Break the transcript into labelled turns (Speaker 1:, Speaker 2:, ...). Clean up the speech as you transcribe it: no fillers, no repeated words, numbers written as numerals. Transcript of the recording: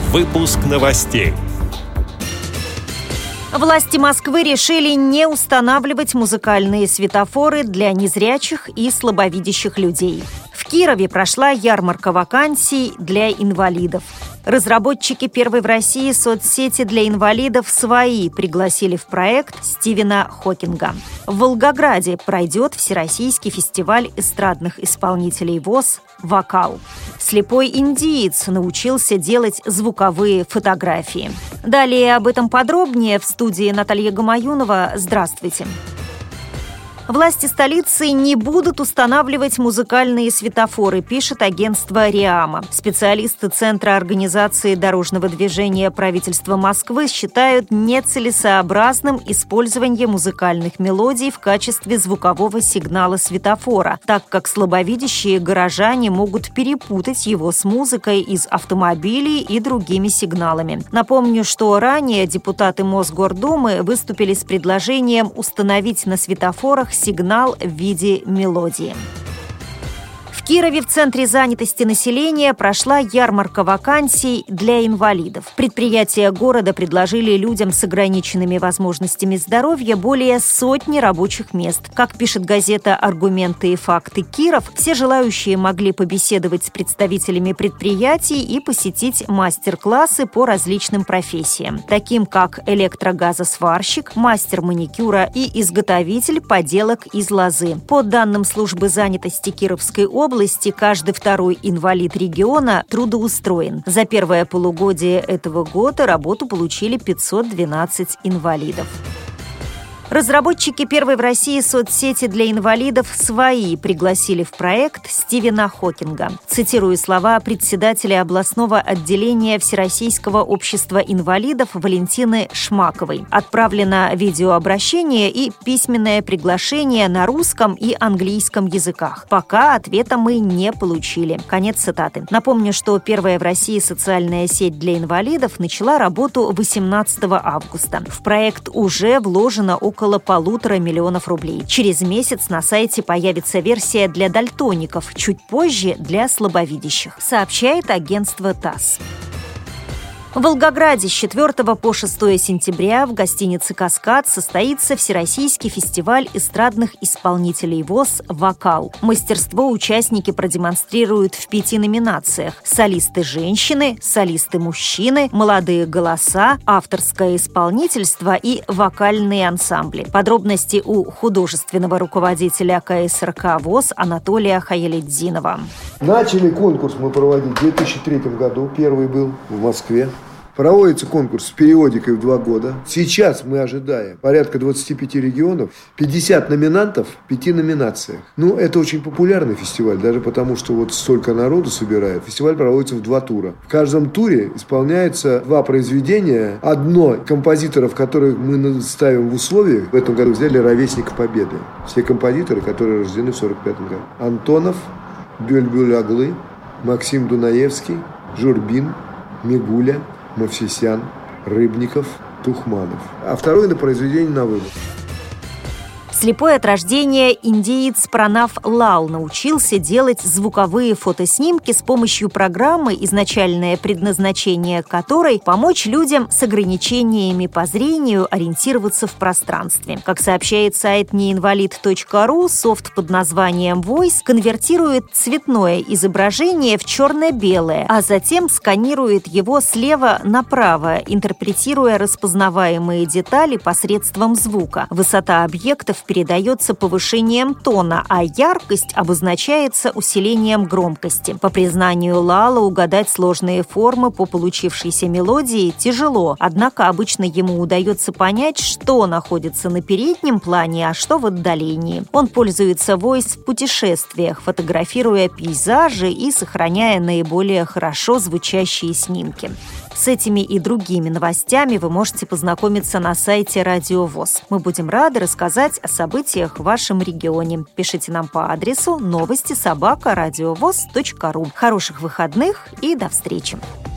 Speaker 1: Выпуск новостей.
Speaker 2: Власти Москвы решили не устанавливать музыкальные светофоры для незрячих и слабовидящих людей. В Кирове прошла ярмарка вакансий для инвалидов. Разработчики первой в России соцсети для инвалидов «Свои» пригласили в проект Стивена Хокинга. В Волгограде пройдет Всероссийский фестиваль эстрадных исполнителей ВОС «Вокал». Слепой индиец научился делать звуковые фотографии. Далее об этом подробнее в студии Наталья Гамаюнова. Здравствуйте. Власти столицы не будут устанавливать музыкальные светофоры, пишет агентство РИАМа. Специалисты Центра организации дорожного движения правительства Москвы считают нецелесообразным использование музыкальных мелодий в качестве звукового сигнала светофора, так как слабовидящие горожане могут перепутать его с музыкой из автомобилей и другими сигналами. Напомню, что ранее депутаты Мосгордумы выступили с предложением установить на светофорах сигнал в виде мелодии. В Кирове в Центре занятости населения прошла ярмарка вакансий для инвалидов. Предприятия города предложили людям с ограниченными возможностями здоровья более сотни рабочих мест. Как пишет газета «Аргументы и факты Киров», все желающие могли побеседовать с представителями предприятий и посетить мастер-классы по различным профессиям, таким как электрогазосварщик, мастер маникюра и изготовитель поделок из лозы. По данным службы занятости Кировской области, каждый второй инвалид региона трудоустроен. За первое полугодие этого года работу получили 512 инвалидов. Разработчики первой в России соцсети для инвалидов «Свои» пригласили в проект Стивена Хокинга. Цитирую слова председателя областного отделения Всероссийского общества инвалидов Валентины Шмаковой. Отправлено видеообращение и письменное приглашение на русском и английском языках. Пока ответа мы не получили. Конец цитаты. Напомню, что первая в России социальная сеть для инвалидов начала работу 18 августа. В проект уже вложено около 1,5 миллиона рублей. Через месяц на сайте появится версия для дальтоников, чуть позже для слабовидящих, сообщает агентство ТАСС. В Волгограде с 4 по 6 сентября в гостинице «Каскад» состоится Всероссийский фестиваль эстрадных исполнителей ВОС «Вокал». Мастерство участники продемонстрируют в 5 номинациях: солисты-женщины, солисты-мужчины, молодые голоса, авторское исполнительство и вокальные ансамбли. Подробности у художественного руководителя КСРК ВОС Анатолия Хаялетдинова.
Speaker 3: Начали конкурс мы проводить в 2003 году. Первый был в Москве. Проводится конкурс с периодикой в 2 года. Сейчас мы ожидаем порядка 25 регионов, 50 номинантов в 5 номинациях. Это очень популярный фестиваль, даже потому, что вот столько народу собирает. Фестиваль проводится в 2 тура. В каждом туре исполняется 2 произведения. Одно композиторов, которых мы ставим в условиях. В этом году взяли ровесников Победы. Все композиторы, которые рождены в 1945 году. Антонов, Бюльбюль-Аглы, Максим Дунаевский, Журбин, Мигуля, Мовсисян, Рыбников, Тухманов. А второе на произведение на выбор.
Speaker 2: Слепой от рождения индиец Пранав Лал научился делать звуковые фотоснимки с помощью программы, изначальное предназначение которой – помочь людям с ограничениями по зрению ориентироваться в пространстве. Как сообщает сайт неинвалид.ру, софт под названием Voice конвертирует цветное изображение в черно-белое, а затем сканирует его слева направо, интерпретируя распознаваемые детали посредством звука. Высота объектов передается повышением тона, а яркость обозначается усилением громкости. По признанию Лала, угадать сложные формы по получившейся мелодии тяжело, однако обычно ему удается понять, что находится на переднем плане, а что в отдалении. Он пользуется Voice в путешествиях, фотографируя пейзажи и сохраняя наиболее хорошо звучащие снимки. С этими и другими новостями вы можете познакомиться на сайте Радио ВОС. Мы будем рады рассказать о событиях в вашем регионе. Пишите нам по адресу новости@радиовос.ру. Хороших выходных и до встречи!